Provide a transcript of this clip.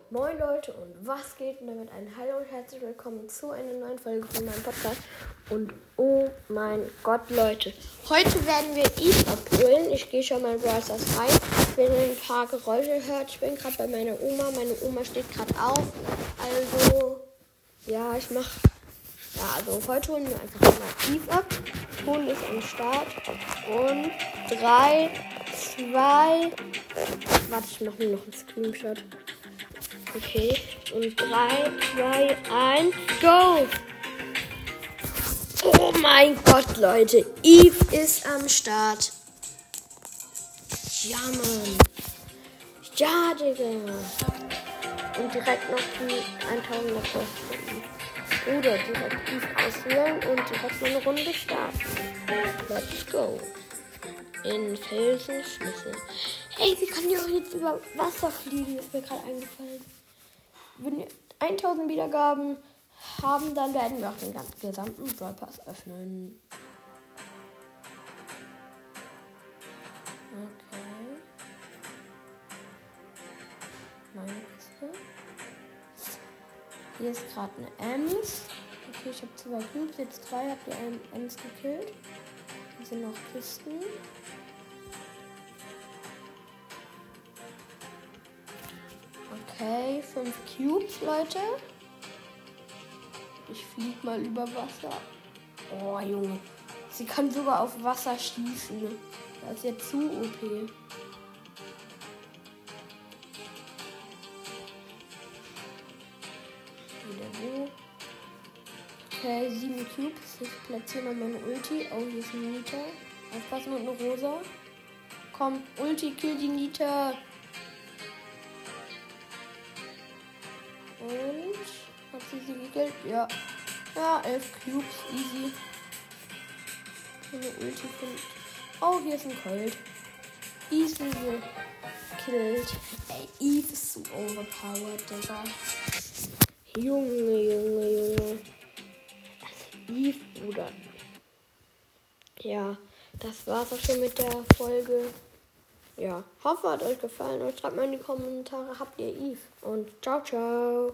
Moin Leute und was geht? Und damit ein Hallo und herzlich willkommen zu einer neuen Folge von meinem Podcast. Und oh mein Gott, Leute, heute werden wir Eve abholen. Ich gehe schon mal in Brawl Stars rein. Wenn ihr ein paar Geräusche hört, ich bin gerade bei meiner Oma. Meine Oma steht gerade auf. Also, ja, also heute holen wir einfach mal Eve ab. Ton ist am Start. Und 3, 2, warte, ich mache mir noch einen Screenshot. Okay, und 3, 2, 1, go! Oh mein Gott, Leute, Eve ist am Start. Ja, Mann. Ja, Digga. Und direkt noch die 1000er Kosten. Oder direkt Eve auswählen und direkt mal eine Runde starten. Let's go. In Felsenschlüssel. Hey, sie kann ja auch jetzt über Wasser fliegen, ist mir gerade eingefallen. Wenn wir 1000 Wiedergaben haben, dann werden wir auch den gesamten Brawl Pass öffnen. Okay. Meine Kiste. Hier ist gerade eine Ems. Okay, ich habe 2 Cubes, jetzt 3. Habt ihr einen Ems gekillt? Hier sind noch Kisten. Okay, 5 Cubes, Leute. Ich flieg mal über Wasser. Oh, Junge. Sie kann sogar auf Wasser schießen. Das ist jetzt zu OP. Wieder wo? Okay, 7 Cubes. Ich platziere mal meine Ulti. Oh, hier ist ein Nita. Aufpassen und eine Rosa. Komm, Ulti, kill die Nita. Und hat sie gekillt? Ja. Ja, 11 Cubes, easy. Eine Ulti von. Oh, hier ist ein Colt. Easy gekillt. Ey, Eve ist so overpowered, Digga. Junge. Das Eve, Bruder. Ja, das war's auch schon mit der Folge. Ja, hoffe, hat euch gefallen und schreibt mal in die Kommentare, habt ihr Eve? Und ciao, ciao.